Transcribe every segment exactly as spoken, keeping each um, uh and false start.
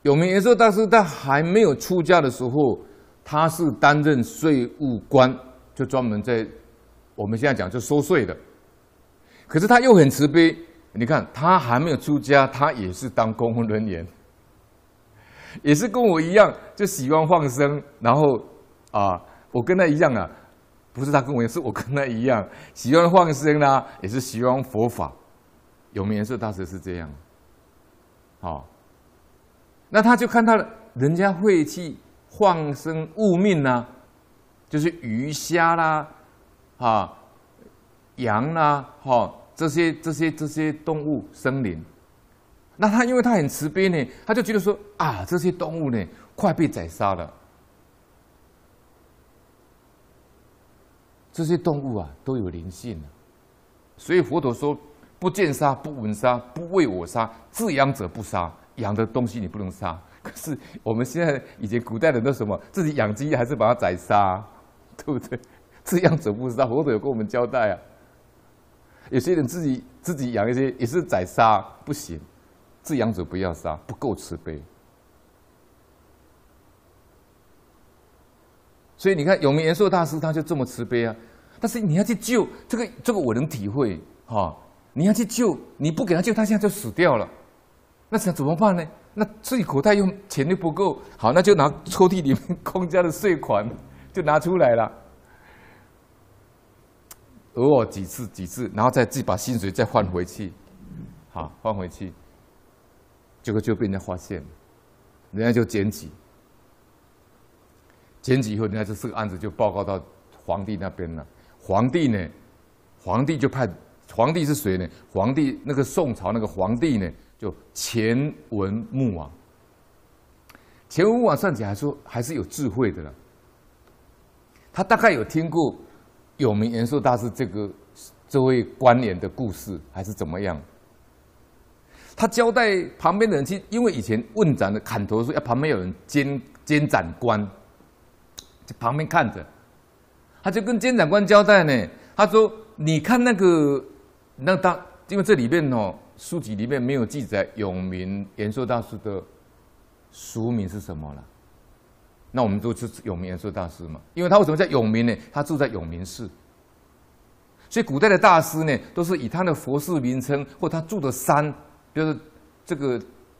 永明延寿大师他还没有出家的时候，他是担任税务官，就专门在我们现在讲就收税的。可是他又很慈悲，你看他还没有出家，他也是当公务人员，也是跟我一样，就喜欢放生。然后啊，我跟他一样啊，不是他跟我一样，是我跟他一样，喜欢放生啦、啊，也是喜欢佛法。永明延寿大师是这样，好、哦。那他就看到了人家会去放生物命啊，就是鱼虾啦、啊羊啦、哈、哦、这些这些这些动物生灵。那他因为他很慈悲呢，他就觉得说啊，这些动物呢快被宰杀了，这些动物啊都有灵性了，所以佛陀说不见杀，不闻杀，不为我杀，自养者不杀。养的东西你不能杀，可是我们现在以前古代人都什么自己养鸡还是把它宰杀，对不对？自养者不杀，佛陀有跟我们交代啊。有些人自己自己养一些也是宰杀，不行，自养者不要杀，不够慈悲。所以你看永明延寿大师他就这么慈悲啊，但是你要去救这个这个我能体会哈、哦，你要去救，你不给他救，他现在就死掉了。那想怎么办呢？那自己口袋又钱又不够，好，那就拿抽屉里面公家的税款就拿出来了，偶尔几次几次，然后再自己把薪水再换回去，好换回去，结果就被人家发现，人家就检举，检举以后，人家就这个案子就报告到皇帝那边了。皇帝呢，皇帝就派，皇帝是谁呢？皇帝那个宋朝那个皇帝呢？就前文穆王，前文穆王算起来说还是有智慧的了。他大概有听过永明延寿大师这个这位官员的故事，还是怎么样？他交代旁边的人去，因为以前问斩的砍头的时候，要旁边有人监监斩官，就旁边看着，他就跟监斩官交代呢。他说：“你看那个那大，因为这里面哦。”书籍里面没有记载永明延寿大师的俗名是什么了，那我们都是永明延寿大师嘛。因为他为什么叫永明呢？他住在永明寺，所以古代的大师呢，都是以他的佛寺名称或他住的山，比如说这个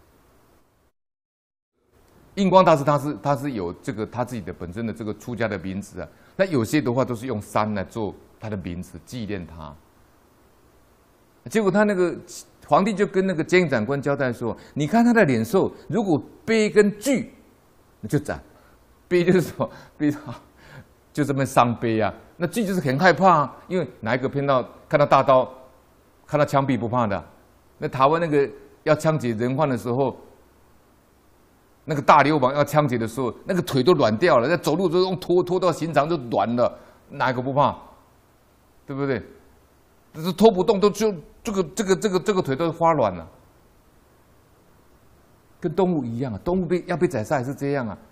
印光大师，他是他是有这个他自己的本身的这个出家的名字啊。那有些的话都是用山来做他的名字，纪念他。结果他那个皇帝就跟那个监斩官交代说：“你看他的脸瘦，如果悲跟惧，那就斩。悲就是什么？悲就这么伤悲啊。那惧就是很害怕、啊，因为哪一个碰到看到大刀，看到枪毙不怕的。那台湾那个要枪决人犯的时候，那个大流氓要枪决的时候，那个腿都软掉了，那走路都用拖拖到刑场就软了，哪一个不怕？对不对？就是拖不动，都就这个这个这个这个腿都发软了，跟动物一样啊，动物被要被宰杀也是这样啊。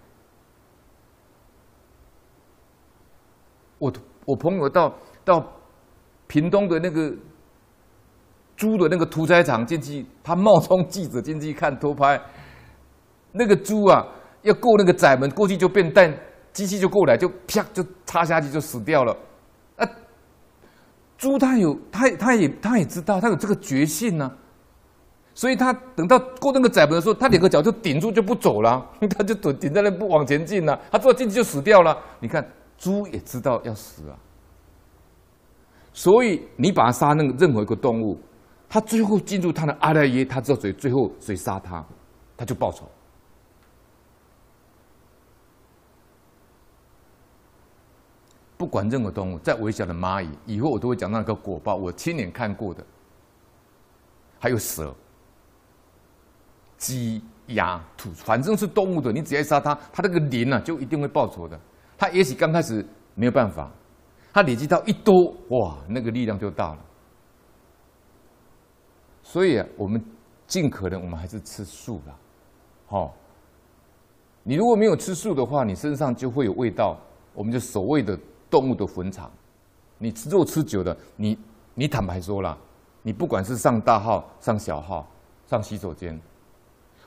我我朋友到到屏东的那个猪的那个屠宰场进去，他冒充记者进去看偷拍，那个猪啊要过那个窄门过去就变蛋，机器就过来就啪就插下去就死掉了，啊。猪它有，它它也它也知道，它有这个觉性呢、啊，所以它等到过那个窄门的时候，它两个脚就顶住就不走了，它就顶顶在那不往前进了、啊，它坐进去就死掉了。你看，猪也知道要死啊，所以你把它杀那个任何一个动物，它最后进入它的阿赖耶，它知道谁最后谁杀它，它就报仇。不管任何动物，再微小的蚂蚁，以后我都会讲到那个果报，我亲眼看过的。还有蛇、鸡、鸭、兔，反正是动物的，你只要杀它，它那个灵啊，就一定会报仇的。它也许刚开始没有办法，它累积到一多，哇，那个力量就大了。所以啊，我们尽可能，我们还是吃素啦。好、哦，你如果没有吃素的话，你身上就会有味道。我们就所谓的动物的坟场，你吃肉吃久了，你你坦白说啦，你不管是上大号、上小号、上洗手间，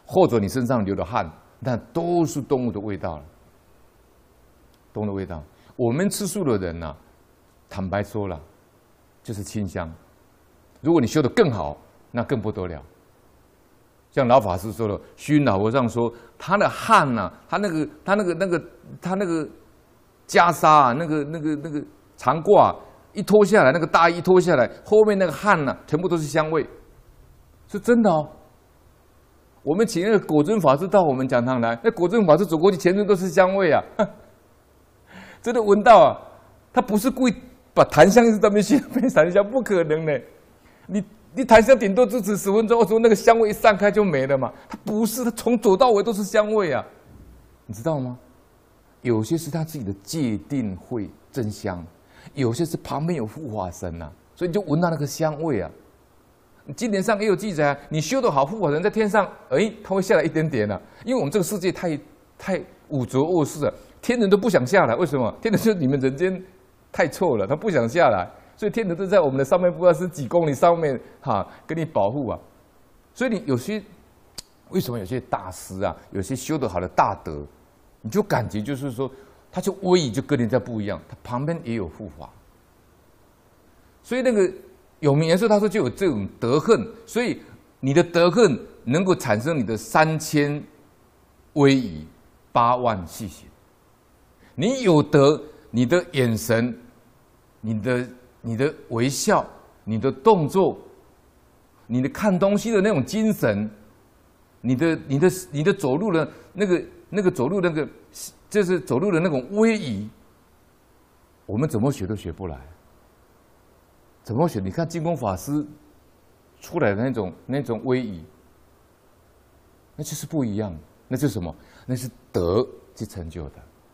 或者你身上流的汗，那都是动物的味道了。动物的味道，我们吃素的人呐、啊，坦白说了，就是清香。如果你修得更好，那更不得了。像老法师说的，虚云老和尚说，他的汗呐、啊，他那个他那个那个他那个袈裟啊，那个那个那个长褂、啊、一脱下来，那个大衣脱下来，后面那个汗呐、啊，全部都是香味，是真的哦。我们请那个果真法师到我们讲堂来，那果真法师走过去，全身都是香味啊，真的闻到啊。他不是故意把檀香一直在那边吸变檀香，不可能的。你你檀香顶多支持十分钟，二十分钟，那个香味一散开就没了嘛。他不是，他从头到尾都是香味啊，你知道吗？有些是他自己的戒定慧真香，有些是旁边有护法神呐，所以你就闻到那个香味啊。经典上也有记载啊，你修得好，护法神在天上，哎，他会下来一点点啊。因为我们这个世界太太污浊恶世了，天人都不想下来，为什么？天人说你们人间太臭了，他不想下来。所以天人都在我们的上面，不知道是几公里上面哈、啊，给你保护啊。所以你有些为什么有些大师啊，有些修得好的大德，你就感觉就是说，他就威仪就跟人家不一样，他旁边也有护法。所以那个有名人说，他说就有这种德恨，所以你的德恨能够产生你的三千威仪，八万细行。你有德，你的眼神，你的。你的微笑，你的动作，你的看东西的那种精神，你的、你的、你的走路的那个、那个走路那个，就是走路的那种威仪，我们怎么学都学不来。怎么学？你看净空法师出来的那种、那种威仪，那就是不一样。那是什么？那是德去成就的。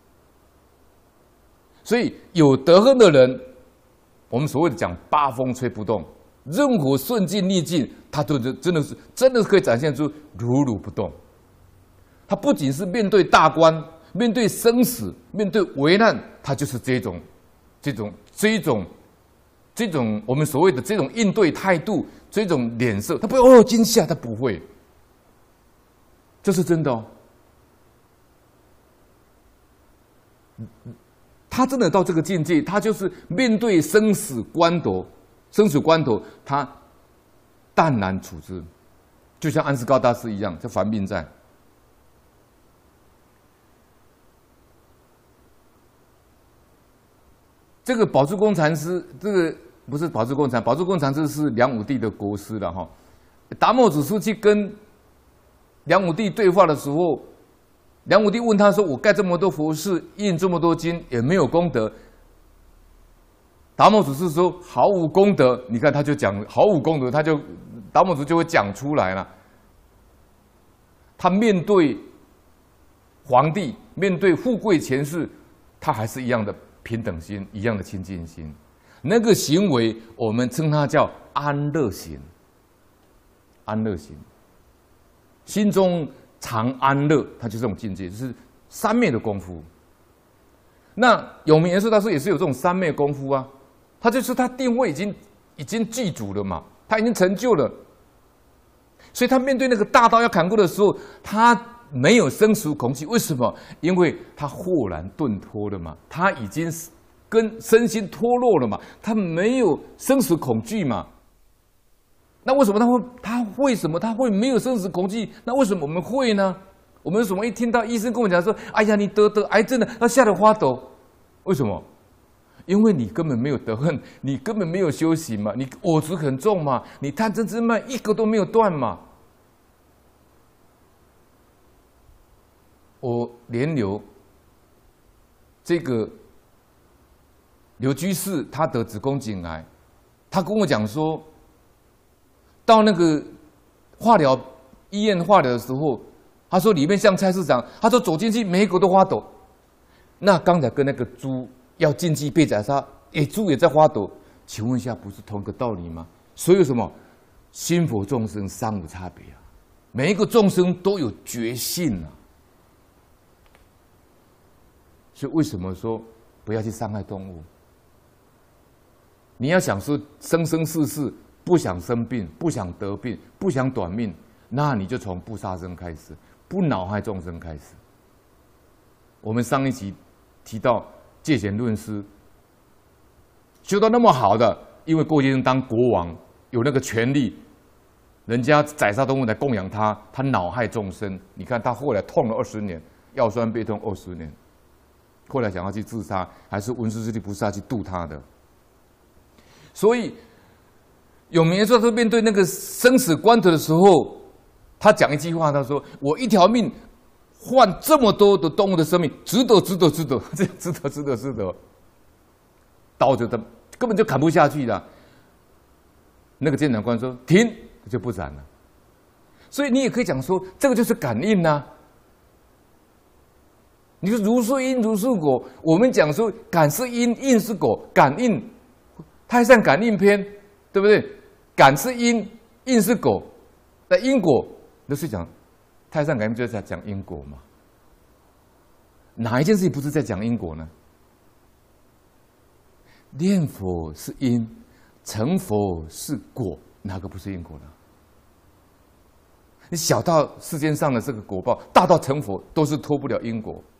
所以有德行的人。我们所谓的讲八风吹不动，任何顺境逆境，他都真的是真的是可以展现出如如不动。他不仅是面对大关、面对生死、面对危难，他就是这种、这种、这种、这种我们所谓的这种应对态度、这种脸色，他不会哦惊吓，他不会，这是真的哦。他真的到这个境界，他就是面对生死关头，生死关头，他淡然处之，就像安世高大师一样，叫凡病在。这个宝珠公禅师，这个不是宝珠公禅，宝珠公禅师是梁武帝的国师了哈。达摩祖师去跟梁武帝对话的时候。梁武帝问他说：“我盖这么多佛事，印这么多经，也没有功德。”达摩祖师说：“毫无功德。”你看，他就讲毫无功德，他就达摩祖就会讲出来了。他面对皇帝，面对富贵权势，他还是一样的平等心，一样的清净心。那个行为，我们称它叫安乐行。安乐行，心中。常安乐，他就是这种境界，就是三昧的功夫。那有名人说，他说也是有这种三昧功夫啊，他就是他定位已经已经具足了嘛，他已经成就了，所以他面对那个大刀要砍过的时候，他没有生死恐惧。为什么？因为他豁然顿脱了嘛，他已经跟身心脱落了嘛，他没有生死恐惧嘛。那为什么他会？他为什么他会没有生死恐惧？那为什么我们会呢？我们为什么一听到医生跟我讲说：“哎呀，你得得癌症了，要吓得发抖？”为什么？因为你根本没有得恨，你根本没有修行嘛，你我执很重嘛，你贪嗔痴慢一个都没有断嘛。我连刘这个刘居士，他得子宫颈癌，他跟我讲说。到那个化疗医院化疗的时候，他说里面像菜市场，他说走进去每一个都发抖。那刚才跟那个猪要禁忌被宰杀，诶，猪也在发抖，请问一下，不是同一个道理吗？所以什么心佛众生三无差别啊，每一个众生都有觉性啊。所以为什么说不要去伤害动物？你要想说生生世世。不想生病，不想得病，不想短命， 那你就从不杀生开始，不恼害众生开始。我们上一集提到戒贤论师，修到那么好的，因为郭先生当国王有那个权利，人家宰杀动物来供养他，他恼害众生。你看他后来痛了二十年，腰酸背痛二十年，后来想要去自杀，还是文殊师利菩萨去度他的。所以永明说，他面对那个生死关头的时候，他讲一句话，他说：“我一条命换这么多的动物的生命，值得，值得，值得，这值得，值得，值得。”刀就他根本就砍不下去了。那个监斩官说：“停！”就不斩了。所以你也可以讲说，这个就是感应呐、啊。你说如是因如是果，我们讲说感是因，应是果，感应《太上感应篇》，对不对？感是因，应是果，那因果都是讲《太上感应》就是在讲因果嘛。哪一件事情不是在讲因果呢？念佛是因，成佛是果，哪个不是因果呢？你小到世间上的这个果报，大到成佛，都是脱不了因果。